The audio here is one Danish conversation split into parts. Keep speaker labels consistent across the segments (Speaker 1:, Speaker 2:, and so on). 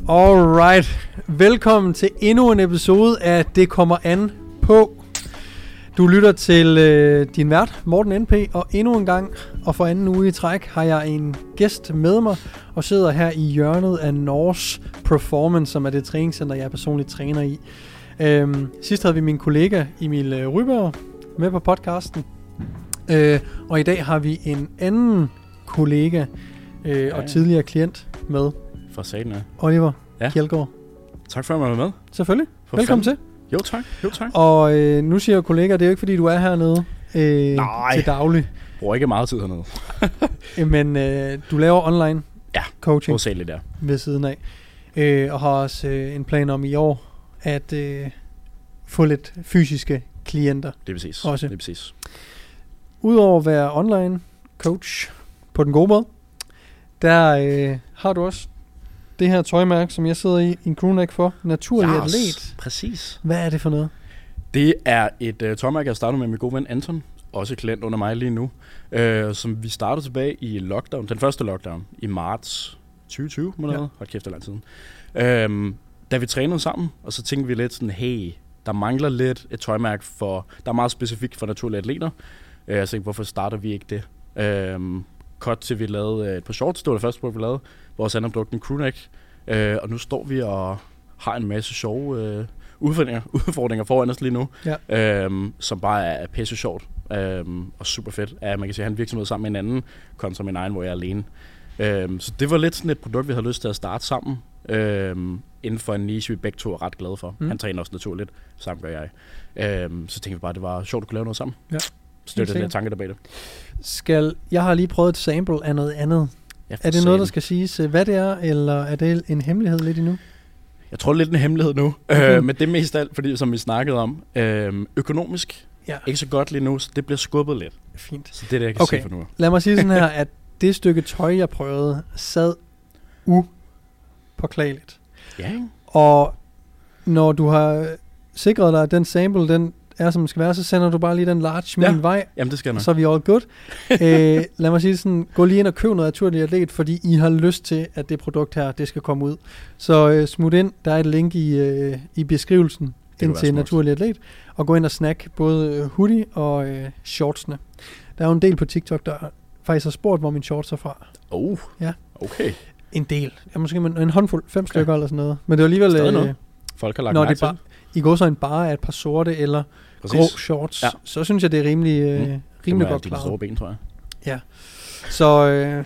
Speaker 1: Alright, velkommen til endnu en episode af Det kommer an på. Du lytter til din vært, Morten NP, og endnu en gang, og for anden uge i træk, har jeg en gæst med mig, og sidder her i hjørnet af Norse Performance, som er det træningscenter, jeg personligt træner i. Sidst havde vi min kollega Emil Ryberg med på podcasten, og i dag har vi en anden kollega og tidligere klient med.
Speaker 2: For satan, ja.
Speaker 1: Oliver Kjeldgaard.
Speaker 2: Tak for at være med.
Speaker 1: Selvfølgelig. Velkommen til.
Speaker 2: Jo tak.
Speaker 1: Og nu siger jeg kollega, det er jo ikke fordi du er hernede til daglig.
Speaker 2: Jeg bruger ikke meget tid hernede.
Speaker 1: Men du laver online coaching
Speaker 2: der
Speaker 1: ved siden af. Og har også en plan om i år at få lidt fysiske klienter.
Speaker 2: Det er præcis.
Speaker 1: Også.
Speaker 2: Det er præcis.
Speaker 1: Udover at være online coach på den gode måde, der har du også det her tøjmærke, som jeg sidder i en crewneck for. Naturlig atlet.
Speaker 2: Præcis.
Speaker 1: Hvad er det for noget?
Speaker 2: Det er et tøjmærke, jeg startede med min gode ven Anton. Også klient under mig lige nu. Som vi startede tilbage i lockdown. Den første lockdown i marts 2020. Hold kæft, det er lang tid. Da vi trænede sammen, og så tænkte vi lidt sådan, hey, der mangler lidt et tøjmærke, der er meget specifikt for naturlige atleter. Jeg tænkte, hvorfor starter vi ikke det? Kort til vi lavede et par shorts, det var det første produkt, vi lavede, hvor Sander brugte en crewneck, og nu står vi og har en masse sjove udfordringer foran os lige nu, som bare er pisse sjovt og super fedt. Man kan sige, at han virksomhed sammen med en anden, kontra min egen, hvor jeg er alene. Så det var lidt sådan et produkt, vi havde lyst til at starte sammen, inden for en niche, vi begge to er ret glade for. Han træner også naturligt, sammen gør jeg. Så tænkte vi bare, at det var sjovt at kunne lave noget sammen. Ja. Så det er den der tanke der bag det. Jeg har lige prøvet et sample af noget andet. Er det noget, der skal siges, hvad det er, eller er det en hemmelighed lidt endnu? Jeg tror lidt en hemmelighed nu, men det er mest alt, fordi som vi snakkede om, økonomisk ikke så godt lige nu, så det bliver skubbet lidt.
Speaker 1: Fint.
Speaker 2: Så det er det, jeg kan sige for nu.
Speaker 1: Lad mig sige sådan her, at det stykke tøj, jeg prøvede, sad upåklageligt.
Speaker 2: Ja, ikke?
Speaker 1: Og når du har sikret dig, at den sample, den er som den skal være, så sender du bare lige den large min vej.
Speaker 2: Jamen det skal jeg nok.
Speaker 1: Så er vi all good. Lad mig sige sådan, gå lige ind og køb noget naturligt atlet, fordi I har lyst til, at det produkt her, det skal komme ud. Så smut ind, der er et link i beskrivelsen ind til naturligt atlet, og gå ind og snack både hoodie og shortsene. Der er jo en del på TikTok, der faktisk har spurgt, hvor min shorts er fra.
Speaker 2: Ja. Okay.
Speaker 1: En del. Ja, måske en håndfuld, 5 stykker eller sådan noget. Men det var alligevel
Speaker 2: folk har lagt mærke til.
Speaker 1: I går så en bare af et par sorte eller grå shorts, så synes jeg, det er rimelig godt klaret.
Speaker 2: Store ben, tror jeg.
Speaker 1: Ja. Så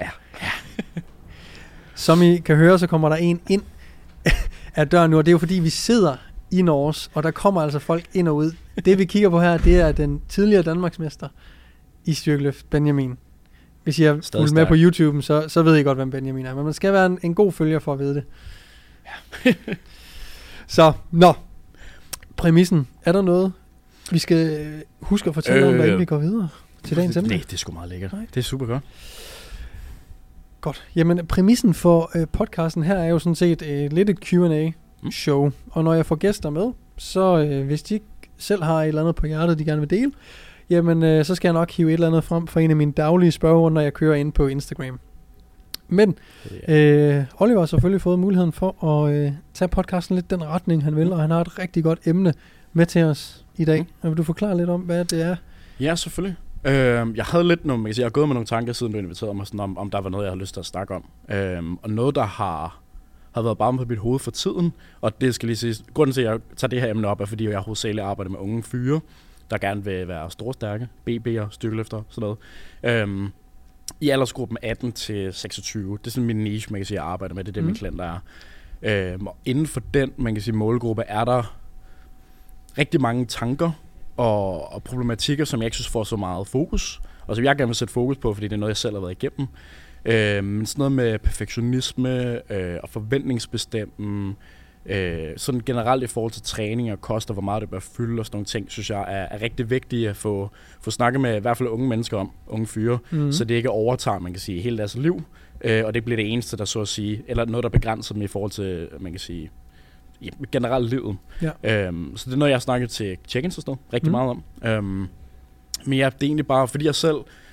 Speaker 1: som I kan høre, så kommer der en ind af døren nu, og det er jo fordi, vi sidder i Norge, og der kommer altså folk ind og ud. Det vi kigger på her, det er den tidligere Danmarksmester i styrkeløft, Benjamin. Hvis I har fulgt med på YouTube, så ved I godt, hvem Benjamin er. Men man skal være en god følger for at vide det. Ja. Så, præmissen. Er der noget, vi skal huske at fortælle om, inden vi går videre til dagens emne?
Speaker 2: Nej, det er sgu meget lækkert. Det er super godt.
Speaker 1: Godt. Jamen, præmissen for podcasten her er jo sådan set lidt et Q&A-show. Og når jeg får gæster med, så hvis de selv har et eller andet på hjertet, de gerne vil dele, jamen, så skal jeg nok hive et eller andet frem for en af mine daglige spørgerunder, når jeg kører ind på Instagram. Men Oliver har selvfølgelig fået muligheden for at tage podcasten lidt den retning, han vil, og han har et rigtig godt emne med til os i dag. Vil du forklare lidt om, hvad det er?
Speaker 2: Ja, selvfølgelig. Jeg havde lidt jeg har gået med nogle tanker, siden du inviterede mig, sådan om der var noget, jeg har lyst til at snakke om. Og noget, der har været bare på mit hoved for tiden, og det skal lige sige, grunden til, at jeg tager det her emne op, er, fordi jeg hovedsageligt arbejder med unge fyre, der gerne vil være storstærke, BB'er, styrkeløfter, sådan noget. I aldersgruppen 18 til 26. Det er sådan min niche, man kan sige, jeg arbejder med. Det er det, mine klienter er. Og inden for den, man kan sige, målgruppe, er der rigtig mange tanker og problematikker, som jeg ikke synes får så meget fokus. Og som jeg gerne vil sætte fokus på, fordi det er noget, jeg selv har været igennem. Men sådan noget med perfektionisme og forventningsbestemme, sådan generelt i forhold til træning og kost og hvor meget det bør fylde og sådan nogle ting, synes jeg er rigtig vigtigt at få snakket med i hvert fald unge mennesker om, unge fyre, så det ikke overtager, man kan sige, hele deres liv, og det bliver det eneste, der så at sige, eller noget, der begrænser dem i forhold til, man kan sige, generelt livet. Ja. Så det er noget, jeg har snakket til check-ins og sådan noget, rigtig meget om. Men ja, det er egentlig bare, fordi jeg selv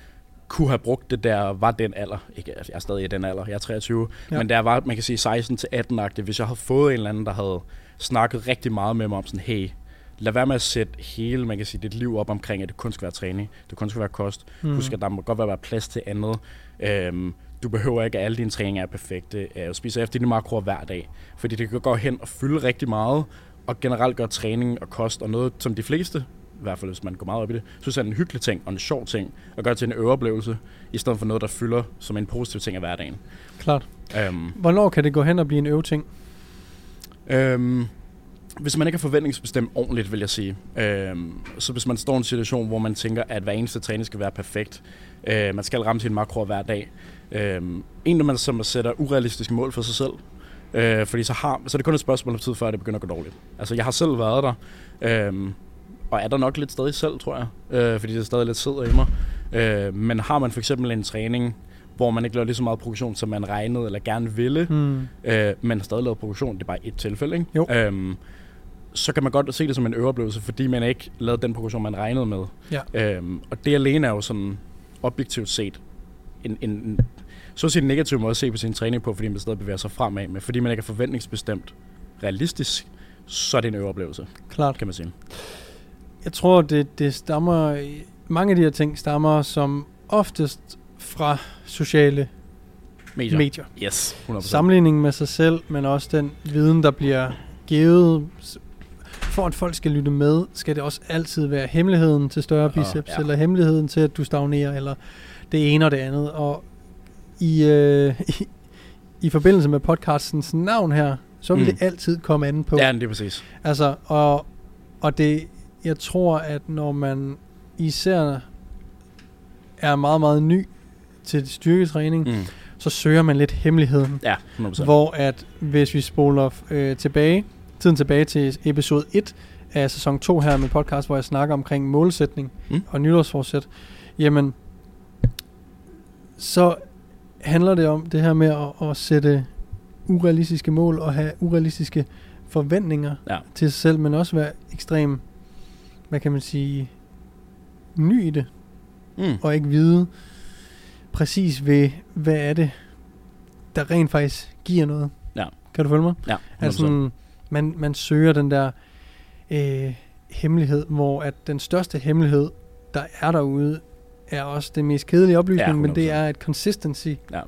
Speaker 2: kunne have brugt det der, var den alder, ikke, jeg er stadig i den alder, jeg er 23, men der var, man kan sige 16-18-agtigt, hvis jeg havde fået en eller anden, der havde snakket rigtig meget med mig om sådan, hey, lad være med at sætte hele, man kan sige, dit liv op omkring, at det kun skal være træning, det kun skal være kost, husk, at der må godt være plads til andet, du behøver ikke, at alle dine træninger er perfekte, spise efter dine makroer hver dag, fordi det kan gå hen og fylde rigtig meget, og generelt gøre træning og kost, og noget, som de fleste, i hvert fald hvis man går meget op i det, synes er en hyggelig ting og en sjov ting, og gøre til en øveoplevelse, i stedet for noget, der fylder som en positiv ting af hverdagen.
Speaker 1: Klart. Hvornår kan det gå hen og blive en øveting?
Speaker 2: Hvis man ikke er forventningsbestemt ordentligt, vil jeg sige. Så hvis man står i en situation, hvor man tænker, at hver eneste træning skal være perfekt, man skal ramme sine makroer hver dag. Egentlig man som sætter urealistiske mål for sig selv, fordi så er det kun et spørgsmål om tid, før det begynder at gå dårligt. Altså jeg har selv været der, og er der nok lidt stadig selv, tror jeg, fordi det stadig lidt sidder i mig. Men har man for eksempel en træning, hvor man ikke laver lige så meget progression, som man regnede eller gerne ville, men stadig lavet progression, det er bare et tilfælde, ikke?
Speaker 1: Jo.
Speaker 2: Så kan man godt se det som en øveoplevelse, fordi man ikke lavede den progression, man regnede med.
Speaker 1: Ja.
Speaker 2: Og det alene er jo sådan objektivt set en så at sige negativ måde at se på sin træning på, fordi man stadig bevæger sig fremad, men fordi man ikke er forventningsbestemt realistisk, så er det en øveoplevelse.
Speaker 1: Klart.
Speaker 2: Kan man sige. Jeg
Speaker 1: tror, det stammer, mange af de her ting stammer som oftest fra sociale medier.
Speaker 2: Yes, 100%.
Speaker 1: Sammenligning med sig selv, men også den viden, der bliver givet. For at folk skal lytte med, skal det også altid være hemmeligheden til større biceps, eller hemmeligheden til, at du stagnerer, eller det ene og det andet. Og i forbindelse med podcastens navn her, så vil det altid komme an på.
Speaker 2: Ja, det er præcis.
Speaker 1: Altså, og det, jeg tror, at når man især er meget, meget ny til styrketræning, så søger man lidt hemmeligheden.
Speaker 2: Ja, 100%.
Speaker 1: Hvor at, hvis vi spoler tiden tilbage til episode 1 af sæson 2 her med podcast, hvor jeg snakker omkring målsætning og nytårsforsæt, jamen, så handler det om det her med at sætte urealistiske mål og have urealistiske forventninger til sig selv, men også være ekstrem, hvad kan man sige, ny i det, og ikke vide præcis ved, hvad er det, der rent faktisk giver noget. Ja. Kan du følge mig?
Speaker 2: Ja, 100%.
Speaker 1: Altså, man søger den der hemmelighed, hvor at den største hemmelighed, der er derude, er også det mest kedelige oplysning, men det er, at consistency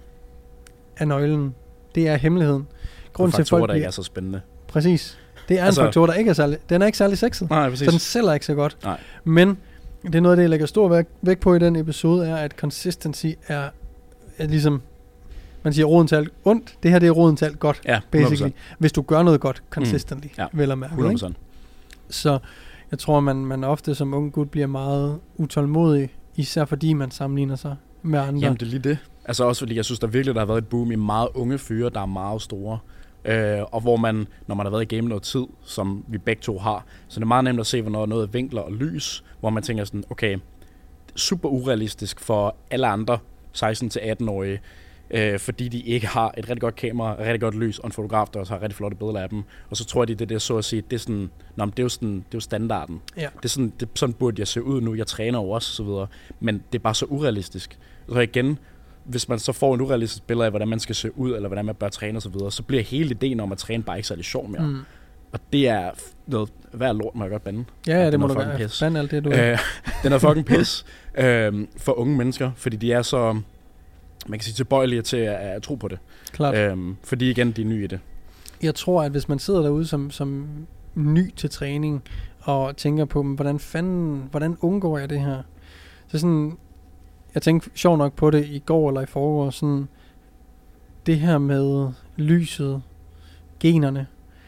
Speaker 1: er nøglen. Det er hemmeligheden.
Speaker 2: Grunden til, folk der ikke er så spændende.
Speaker 1: Præcis. Det er en faktor, der ikke er særlig, den er ikke særlig sexet.
Speaker 2: Nej, præcis.
Speaker 1: Så den sælger ikke så godt.
Speaker 2: Nej.
Speaker 1: Men det er noget, det jeg lægger stor vægt på i den episode, er, at consistency er ligesom, man siger roden til alt ondt. Det her, det er roden til alt godt, basically. Hvis du gør noget godt, consistently, vel at mærke.
Speaker 2: 100%.
Speaker 1: Så jeg tror, man ofte som ung gut bliver meget utålmodig, især fordi man sammenligner sig med andre.
Speaker 2: Jamen, det er lige det. Altså også fordi, jeg synes, der virkelig der har været et boom i meget unge fyre, der er meget store. Og hvor man, når man har været i game noget tid, som vi begge to har, så det er meget nemt at se, hvornår noget er vinkler og lys, hvor man tænker sådan, okay, super urealistisk for alle andre 16-18-årige, fordi de ikke har et rigtig godt kamera, et rigtig godt lys, og en fotograf, der også har rigtig flotte billeder af dem. Og så tror de, det er så at sige, det er sådan, det er jo standarden.
Speaker 1: Ja.
Speaker 2: Det er sådan burde jeg se ud nu, jeg træner jo også, så videre. Men det er bare så urealistisk. Så igen, hvis man så får en urealistisk billede af, hvordan man skal se ud, eller hvordan man bør træne og så videre, så bliver hele ideen om at træne bare ikke særlig sjov mere. Og det er noget, hver lort må jeg godt bande.
Speaker 1: Ja, det må du gøre. Bande alt det, du
Speaker 2: den er fucking pis for unge mennesker, fordi de er så, man kan sige, tilbøjelige til at tro på det.
Speaker 1: Klart.
Speaker 2: Fordi igen, de er nye i det.
Speaker 1: Jeg tror, at hvis man sidder derude som ny til træning, og tænker på, hvordan undgår jeg det her? Så sådan, jeg tænkte sjovt nok på det i går eller i forgår, sådan det her med lyset, generne.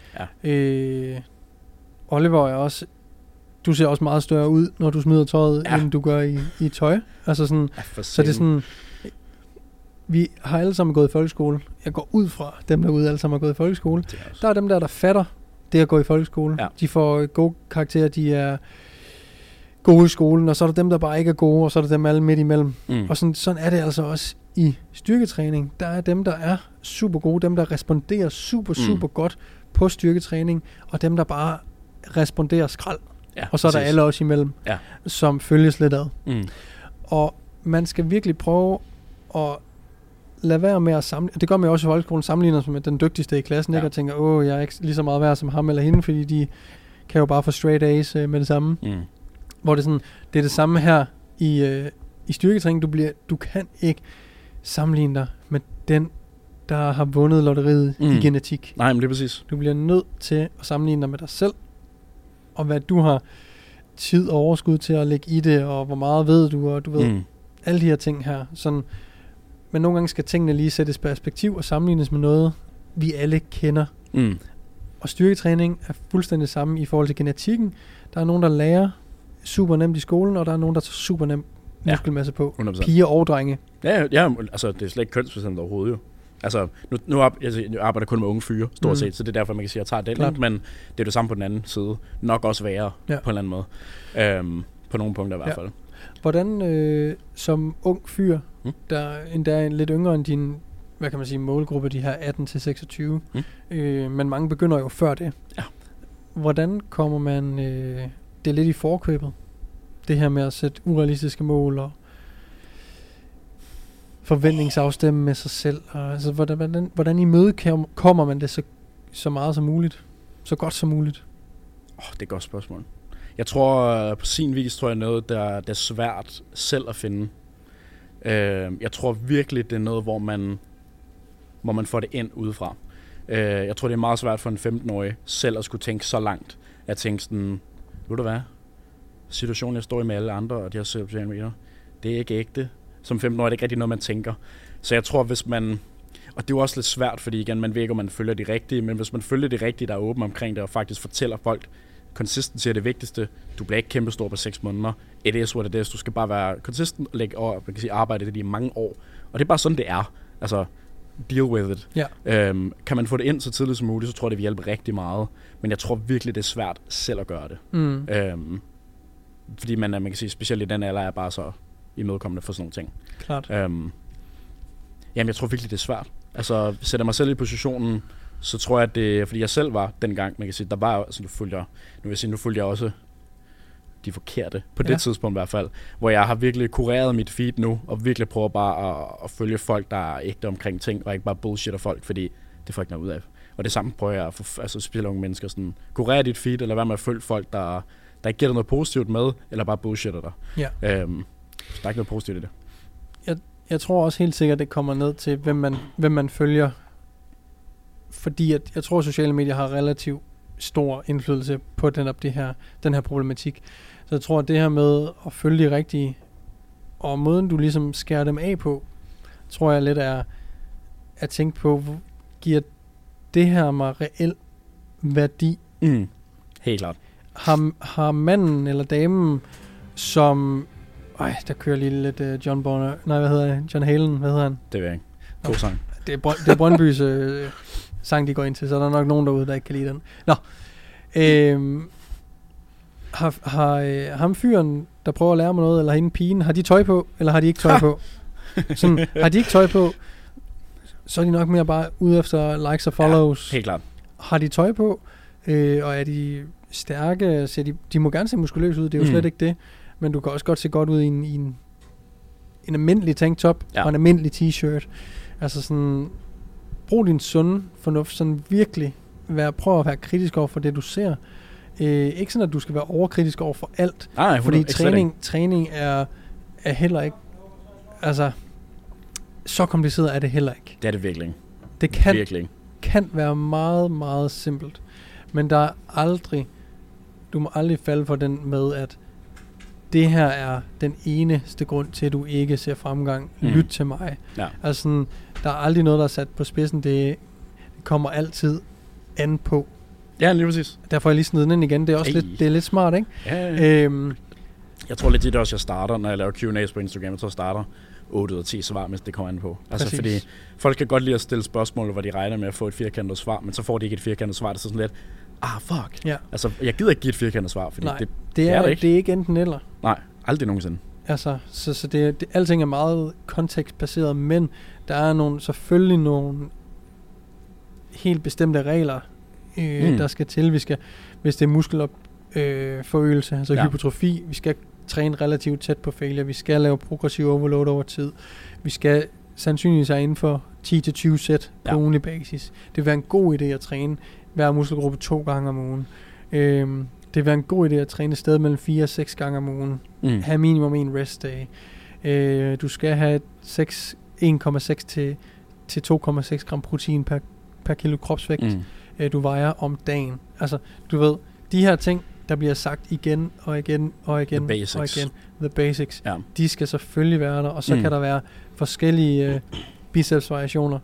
Speaker 1: Ja. Oliver er også, du ser også meget større ud, når du smider tøjet, end du gør i tøj. Altså sådan, så det er sådan, vi har alle sammen gået i folkeskole. Jeg går ud fra dem derude, alle sammen har gået i folkeskole. Der er dem der fatter det at gå i folkeskole. Ja. De får gode karakterer, de er gode i skolen, og så er der dem, der bare ikke er gode, og så er der dem alle midt imellem. Og sådan er det altså også i styrketræning. Der er dem, der er super gode, dem, der responderer super godt på styrketræning, og dem, der bare responderer skrald. Ja, og så er der alle også imellem, som følges lidt ad. Og man skal virkelig prøve at lade være med at samle. Det gør man jo også i folkeskolen, sammenligner sig med den dygtigste i klassen, ikke? Og tænker, jeg er ikke lige så meget værd som ham eller hende, fordi de kan jo bare få straight A's med det samme. Hvor det er sådan, det er det samme her i styrketræning. Du kan ikke sammenligne dig med den, der har vundet lotteriet i genetik.
Speaker 2: Nej, men det er præcis.
Speaker 1: Du bliver nødt til at sammenligne dig med dig selv, og hvad du har tid og overskud til at lægge i det, og hvor meget ved du, og du ved, alle de her ting her. Sådan, men nogle gange skal tingene lige sættes i perspektiv og sammenlignes med noget, vi alle kender. Og styrketræning er fuldstændig samme i forhold til genetikken. Der er nogen, der lærer super nemt i skolen, og der er nogen, der tager super nemt muskelmasse på. 100%. Piger og drenge.
Speaker 2: Ja, altså det er slet ikke kønsbestemt overhovedet jo. Altså, nu arbejder jeg kun med unge fyre, stort set, så det er derfor, man kan sige, at jeg tager den, men det er det samme på den anden side. Nok også værre på en eller anden måde. På nogle punkter i hvert fald.
Speaker 1: Hvordan som ung fyr, der endda er lidt yngre end din, hvad kan man sige, målgruppe, de her 18-26, men mange begynder jo før det. Ja. Hvordan kommer man det er lidt i forkøbet? Det her med at sætte urealistiske mål og forventningsafstemme med sig selv. Og, altså, hvordan i møde kommer man det så meget som muligt? Så godt som muligt?
Speaker 2: Det er et godt spørgsmål. Jeg tror på sin vis, noget, der er svært selv at finde. Jeg tror virkelig, det er noget, hvor man får det ind udefra. Jeg tror, det er meget svært for en 15-årig selv at skulle tænke så langt. At tænke sådan, ved du hvad? Situationen, jeg står i med alle andre, og de har sociale medier, det er ikke ægte. Som 15-årig er det ikke rigtig noget, man tænker. Så jeg tror, hvis man... Og det er jo også lidt svært, fordi igen, man ved ikke, om man følger de rigtige, men hvis man følger de rigtige, der er åben omkring det, og faktisk fortæller folk, consistency er det vigtigste. Du bliver ikke kæmpestor på 6 måneder. It is what it is. Du skal bare være consistent og lægge over, man kan sige, arbejde det i mange år. Og det er bare sådan, det er. Altså, deal with it. Yeah. Kan man få det ind så tidligt som muligt, så tror jeg, det vil hjælpe rigtig meget. Men jeg tror virkelig, det er svært selv at gøre det. Fordi man kan sige, specielt i den alder er bare så imødekommende for sådan nogle ting.
Speaker 1: Klart.
Speaker 2: Jamen, jeg tror virkelig, det er svært. Altså, sætter mig selv i positionen, så tror jeg, at det, fordi jeg selv var dengang, man kan sige, der var, altså nu fulgte jeg også de forkerte, på det tidspunkt i hvert fald, hvor jeg har virkelig kureret mit feed nu, og virkelig prøver bare at følge folk, der er ægte omkring ting, og ikke bare bullshitter folk, fordi det får ikke noget ud af. Og det samme prøver jeg at få, altså specielt unge mennesker, sådan, kurere dit feed, eller være med at følge folk, der ikke giver noget positivt med, eller bare bullshitter dig. Ja. Der er ikke noget positivt i det.
Speaker 1: Jeg tror også helt sikkert, det kommer ned til, hvem man følger. Fordi jeg tror, at sociale medier har relativt stor indflydelse på den her problematik. Så jeg tror, at det her med at følge de rigtige, og måden du ligesom skærer dem af på, tror jeg lidt er at tænke på, giver det her mig reel værdi?
Speaker 2: Helt klart.
Speaker 1: Har manden eller damen, som... der kører lige lidt John Bonner... Nej, hvad hedder det? John Halen, hvad hedder han?
Speaker 2: Det ved jeg ikke. God sang.
Speaker 1: Det er Brøndbys sang, de går ind til, så der er nok nogen derude, der ikke kan lide den. Nå. Har ham fyren, der prøver at lære mig noget, eller hende pigen, har de tøj på, eller har de ikke tøj på? Sådan, har de ikke tøj på, så er de nok mere bare ude efter likes og follows.
Speaker 2: Ja, helt klart.
Speaker 1: Har de tøj på, og er de stærke, de må gerne se muskuløse ud, det er jo slet ikke det, men du kan også godt se godt ud i en almindelig tanktop og en almindelig t-shirt. Altså sådan, brug din sunde fornuft, sådan virkelig prøv at være kritisk over for det, du ser. Ikke sådan, at du skal være overkritisk over for alt, fordi træning er heller ikke, altså, så kompliceret er det heller ikke.
Speaker 2: Det er det virkelig.
Speaker 1: Det kan være meget, meget simpelt, men du må aldrig falde for den med, at det her er den eneste grund til, at du ikke ser fremgang. Lyt til mig. Ja. Altså sådan, der er aldrig noget, der er sat på spidsen. Det kommer altid an på.
Speaker 2: Ja, lige præcis.
Speaker 1: Derfor er jeg lige snedet ind igen. Det er også lidt smart, ikke?
Speaker 2: Ja. Jeg tror lidt, det er også, jeg starter, når jeg laver Q&A's på Instagram. Jeg tror, jeg starter 8 ud af 10 svar, hvis det kommer an på. Altså præcis. Fordi folk kan godt lide at stille spørgsmål, hvor de regner med at få et firkantet svar, men så får de ikke et firkantet svar. Det er sådan lidt, fuck. Ja. Altså, jeg gider ikke give et firkantet svar, fordi det er ikke enten eller. Nej, aldrig nogensinde.
Speaker 1: Altså, så alting er meget kontekstbaseret, men der er selvfølgelig nogle helt bestemte regler, der skal til. Hvis det er muskelforøgelse, altså hypertrofi, vi skal træne relativt tæt på failure. Vi skal lave progressiv overload over tid. Vi skal sandsynligvis være inden for 10-20 sæt på ugenlig basis. Det vil være en god idé at træne hver muskelgruppe 2 gange om ugen. Det vil være en god idé at træne et sted mellem 4 og 6 gange om ugen. Have minimum en rest day. Du skal have 1,6 til 2,6 gram protein per kilo kropsvægt, du vejer om dagen. Altså, du ved, de her ting, der bliver sagt igen og igen og igen og igen, the basics, de skal selvfølgelig være der, og så kan der være forskellige bicepsvariationer,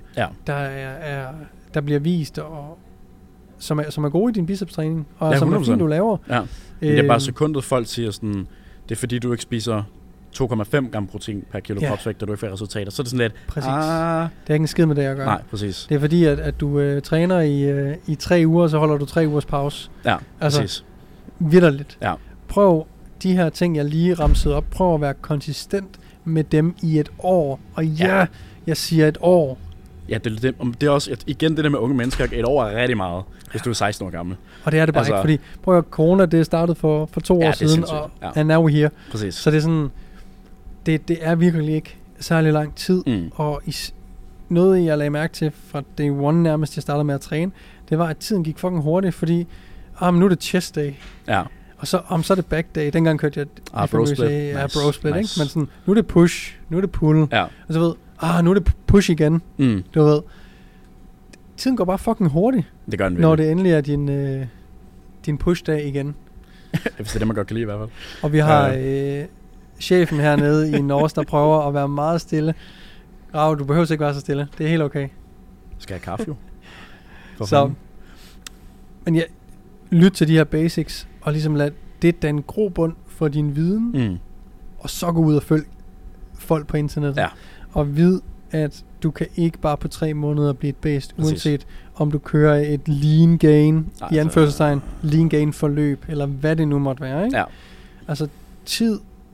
Speaker 1: der bliver vist, og som er gode i din bicepstræning, og som er fint, du laver.
Speaker 2: Ja. Det er bare sekundet, folk siger sådan, det er fordi, du ikke spiser 2,5 gram protein per kilo kropsvægt, og du ikke får resultater. Så er det sådan lidt...
Speaker 1: Præcis. Det er ikke en skid med det at gøre.
Speaker 2: Nej, præcis.
Speaker 1: Det er fordi, at du træner i 3 uger, så holder du 3 ugers pause.
Speaker 2: Ja,
Speaker 1: altså,
Speaker 2: præcis.
Speaker 1: Vitterligt.
Speaker 2: Ja.
Speaker 1: Prøv de her ting, jeg lige ramsede op. Prøv at være konsistent med dem i et år. Og jeg siger et år. Ja,
Speaker 2: det er også... Igen, det der med unge mennesker. Et år er rigtig meget, hvis du er 16 år gammel.
Speaker 1: Og det er det bare ikke, fordi... Prøv at corona, det startede for 2 år siden, og and now we're here.
Speaker 2: Præcis.
Speaker 1: Så det er sådan... Det er virkelig ikke særlig lang tid, og noget, jeg lagde mærke til fra day one nærmest, jeg startede med at træne, det var, at tiden gik fucking hurtigt, fordi nu er det chest day, og så er det back day. Dengang kørte jeg
Speaker 2: bro split,
Speaker 1: bro split, ikke? Men sådan, nu er det push, nu er det pull, og så ved, nu er det push igen, du ved. Tiden går bare fucking hurtigt,
Speaker 2: det gør den
Speaker 1: når det endelig er din push dag igen.
Speaker 2: Hvis det er det, man godt kan lide i hvert fald.
Speaker 1: Og vi har... chefen hernede i Norge, der prøver at være meget stille. Du behøver ikke være så stille. Det er helt okay.
Speaker 2: Skal jeg have kaffe jo?
Speaker 1: Så, men ja, lyt til de her basics, og ligesom lad det danne grobund for din viden, og så gå ud og følg folk på internettet. Og vid, at du kan ikke bare på 3 måneder blive et bedst, uanset om du kører et lean gain, i anførselstegn, lean gain forløb, eller hvad det nu måtte være. Ikke? Altså, tid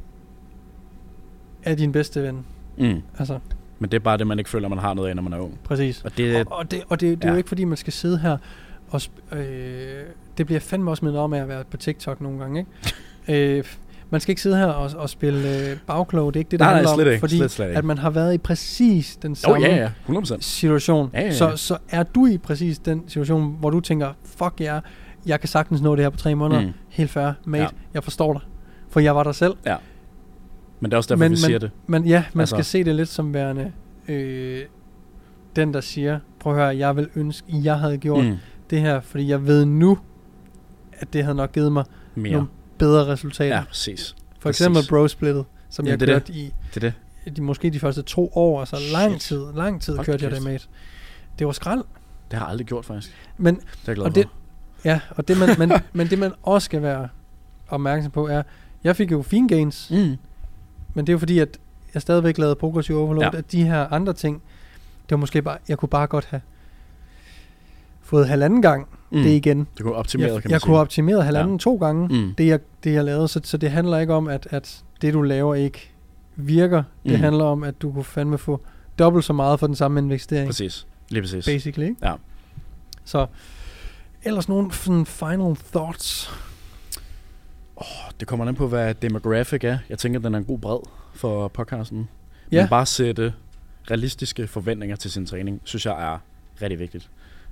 Speaker 1: er din bedste ven. Altså.
Speaker 2: Men det er bare det, man ikke føler, man har noget af, når man er ung.
Speaker 1: Præcis. Og det er jo ikke, fordi man skal sidde her og... det bliver fandme også mindet om at være på TikTok nogle gange, ikke? Man skal ikke sidde her og spille bagklog. Det er ikke det, der handler om. Fordi at man har været i præcis den samme
Speaker 2: 100%.
Speaker 1: situation. Så er du i præcis den situation, hvor du tænker, fuck jeg kan sagtens nå det her på 3 måneder. Helt fair, mate. Jeg forstår dig. For jeg var der selv.
Speaker 2: Men det er også derfor, vi siger det.
Speaker 1: Men man skal se det lidt som værende den, der siger, prøv at høre, jeg vil ønske, jeg havde gjort det her, fordi jeg ved nu, at det havde nok givet mig nogle bedre resultater.
Speaker 2: Ja, præcis.
Speaker 1: For eksempel bro-splittet, som jeg kørte i måske de første 2 år, altså lang tid kørte jeg det med. Det var skrald.
Speaker 2: Det har jeg aldrig gjort, faktisk.
Speaker 1: Men,
Speaker 2: det er jeg glad
Speaker 1: for. Men det man også skal være opmærksom på er, jeg fik jo fine gains, men det er jo fordi, at jeg stadigvæk lavede progressive overload, at de her andre ting, det var måske bare, jeg kunne bare godt have fået 1,5 gang det igen.
Speaker 2: Det kunne optimeret,
Speaker 1: jeg kunne optimeret 1,5-2 gange det jeg lavede, så det handler ikke om, at det du laver ikke virker. Det handler om, at du kunne fandme få dobbelt så meget for den samme investering.
Speaker 2: Præcis. Lige præcis.
Speaker 1: Basically, ikke?
Speaker 2: Ja.
Speaker 1: Så, ellers nogle final thoughts?
Speaker 2: Det kommer an på, hvad demographic er. Jeg tænker, den er en god bred for podcasten. Men bare sætte realistiske forventninger til sin træning, synes jeg er rigtig vigtigt.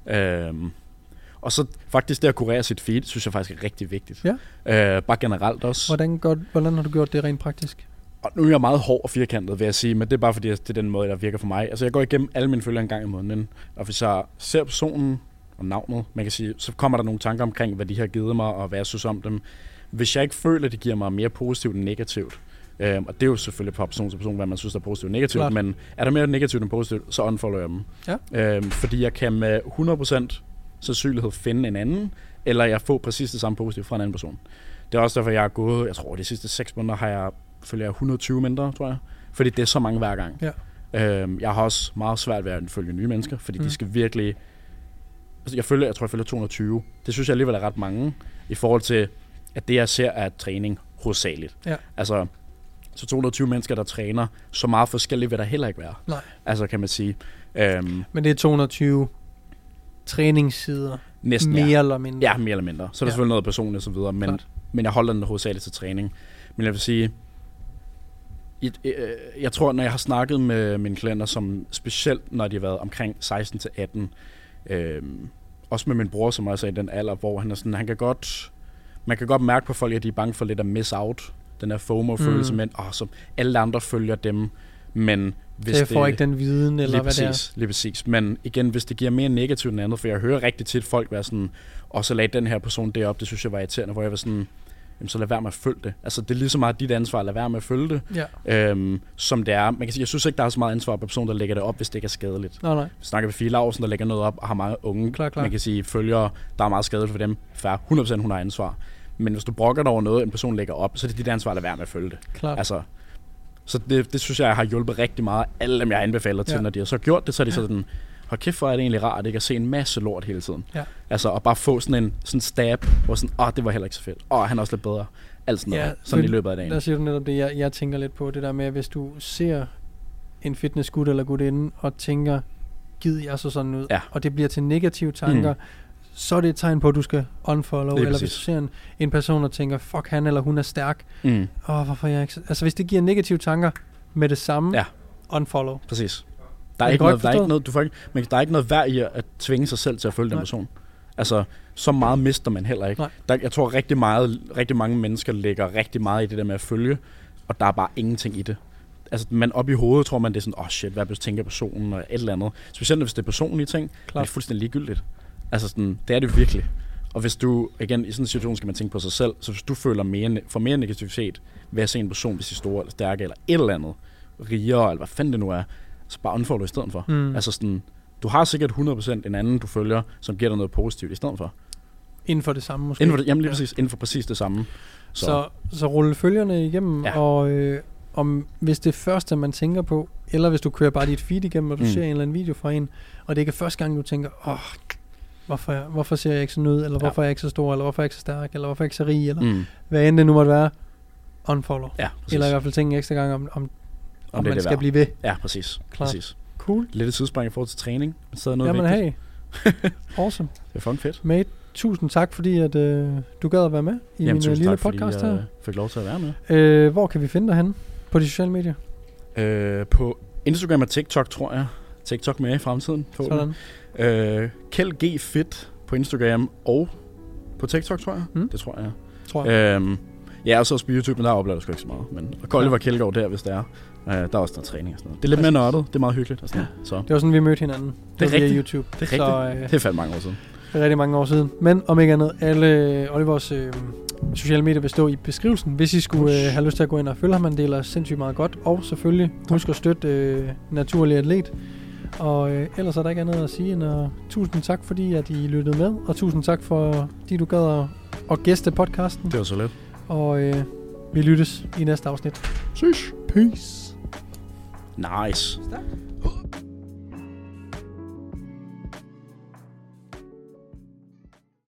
Speaker 2: Og så faktisk det at kurere sit feed, synes jeg faktisk er rigtig vigtigt. Bare generelt også.
Speaker 1: Hvordan har du gjort det rent praktisk?
Speaker 2: Og nu er jeg meget hård og firkantet, vil jeg sige, men det er bare fordi, det er den måde, der virker for mig. Altså jeg går igennem alle mine følgere en gang i måneden, og hvis jeg ser personen og navnet, man kan sige, så kommer der nogle tanker omkring, hvad de har givet mig, og hvad jeg synes om dem. Hvis jeg ikke føler, at det giver mig mere positivt end negativt, og det er jo selvfølgelig fra person til person, hvad man synes er positivt og negativt, klart. Men er der mere negativt end positivt, så unfollower jeg dem. Fordi jeg kan med 100% sandsynlighed finde en anden, eller jeg får præcis det samme positivt fra en anden person. Det er også derfor, jeg er gået, jeg tror de sidste 6 måneder følger jeg 120 mindre, tror jeg. Fordi det er så mange hver gang. Jeg har også meget svært ved at følge nye mennesker, fordi de skal virkelig... Altså jeg tror, jeg følger 220. Det synes jeg alligevel er ret mange, i forhold til, at det jeg ser er træning hovedsageligt. Altså, så 220 mennesker, der træner, så meget forskelligt vil der heller ikke være.
Speaker 1: Nej.
Speaker 2: Altså, kan man sige.
Speaker 1: Men det er 220 træningssider,
Speaker 2: næsten,
Speaker 1: mere eller mindre.
Speaker 2: Ja, mere eller mindre. Så er der selvfølgelig noget personligt og så videre, men jeg holder den hovedsageligt til træning. Men jeg vil sige, jeg tror, når jeg har snakket med mine klienter, som specielt når de har været omkring 16 til 18, også med min bror, som også er i den alder, hvor han er sådan, man kan godt mærke på folk, at de er bange for lidt at miss out. Den her FOMO-følelse, men så alle andre følger dem, men hvis
Speaker 1: jeg får ikke den viden, eller hvad det er.
Speaker 2: Lige præcis. Men igen, hvis det giver mere negativt end andet, for jeg hører rigtig tit folk være sådan, og så lagde den her person det op, det synes jeg var irriterende, hvor jeg var sådan, jamen så lad være med at følge det. Altså det er lige så meget dit ansvar at lade være med at følge det, som det er. Man kan sige, jeg synes ikke, der er så meget ansvar på personen, der lægger det op, hvis det ikke er skadeligt.
Speaker 1: Nej.
Speaker 2: Vi snakker med Fie Laursen, der lægger noget op, og har mange unge,
Speaker 1: klar.
Speaker 2: Man kan sige, følgere, der er meget skadeligt for dem. Fair, 100% hun har ansvar. Men hvis du brokker dig over noget, en person lægger op, så er det dit ansvar at lade være med at følge det.
Speaker 1: Klart.
Speaker 2: Altså, så det synes jeg har hjulpet rigtig meget. Alle dem, jeg anbefaler til, når de har så gjort det, så er de sådan, hold kæft, hvor er det egentlig rart, ikke at se en masse lort hele tiden. Ja. Altså, og bare få sådan en stab, hvor sådan, det var heller ikke så fedt. Han er også lidt bedre. Alt sådan noget, sådan i løbet af dagen.
Speaker 1: Der siger du netop det, jeg tænker lidt på, det der med, at hvis du ser en fitnessgud eller gudinde, og tænker, gider jeg så sådan ud, og det bliver til negative tanker, så er det et tegn på, at du skal unfollow, eller hvis du ser en person og tænker, fuck han eller hun er stærk, hvorfor jeg ikke... Altså hvis det giver negative tanker med det samme, unfollow.
Speaker 2: Præcis. Der er ikke noget værd i at tvinge sig selv til at følge den person. Altså, så meget mister man heller ikke. Jeg tror rigtig mange mennesker lægger rigtig meget i det der med at følge, og der er bare ingenting i det. Altså, man op i hovedet tror man, det er sådan, shit, hvad tænker personen, og et eller andet. Specielt hvis det er personlige ting, det er fuldstændig ligegyldigt. Altså sådan, det er det virkelig. Og hvis du, igen, i sådan en situation skal man tænke på sig selv, så hvis du føler mere negativitet ved at se en person, hvis de er store eller stærke, eller et eller andet, rigere, eller hvad fanden det nu er, så bare unfollow i stedet for. Altså sådan, du har sikkert 100% en anden, du følger, som giver dig noget positivt i stedet for.
Speaker 1: Inden for det samme måske?
Speaker 2: Jamen lige præcis, inden for præcis det samme.
Speaker 1: Så rulle følgerne igennem, og om hvis det første, man tænker på, eller hvis du kører bare dit feed igennem, og du ser en eller anden video fra en, og det ikke er første gang, du tænker, hvorfor ser jeg ikke sådan ud, eller hvorfor er jeg ikke så stor, eller hvorfor er jeg ikke så stærk, eller hvorfor er jeg ikke så rig, eller hvad end det nu måtte være, unfollow. Ja, eller i hvert fald tænke ekstra gang om man skal blive ved.
Speaker 2: Ja, præcis. Præcis.
Speaker 1: Cool.
Speaker 2: Lidt et tidsspring i forhold til træning.
Speaker 1: Jamen hey. Awesome.
Speaker 2: Det er fucking fedt.
Speaker 1: Mate, tusind tak, fordi at, du gad at være med i min lille podcast her.
Speaker 2: Jeg fik lov til at være med.
Speaker 1: Hvor kan vi finde dig henne på de sociale medier?
Speaker 2: På Instagram og TikTok, tror jeg. TikTok mere i fremtiden.
Speaker 1: Sådan.
Speaker 2: Kjeld G Fit på Instagram og på TikTok, tror jeg. Det tror jeg. Ja, og så også på YouTube, men der oplever jeg sgu ikke så meget. Men Oliver Kjeldgaard der, hvis det er. Der er også noget træning og sådan noget. Det er lidt mere nørdet. Det er meget hyggeligt. Og sådan noget. Så.
Speaker 1: Det var sådan, vi mødte hinanden.
Speaker 2: Det er rigtigt.
Speaker 1: Via YouTube.
Speaker 2: Det er rigtigt. Så, det er fandme mange år siden.
Speaker 1: Det er rigtig mange år siden. Men om ikke andet, alle Olivers sociale medier vil stå i beskrivelsen. Hvis I skulle have lyst til at gå ind og følge ham, han deler sindssygt meget godt. Og selvfølgelig husk at støtte Naturlig Atlet. Og ellers er der ikke andet at sige end tusind tak, fordi at I lyttede med. Og tusind tak, fordi du gad at gæste podcasten.
Speaker 2: Det var så let.
Speaker 1: Og vi lyttes i næste afsnit.
Speaker 2: Peace.
Speaker 1: Peace.
Speaker 2: Nice.
Speaker 1: Stærkt.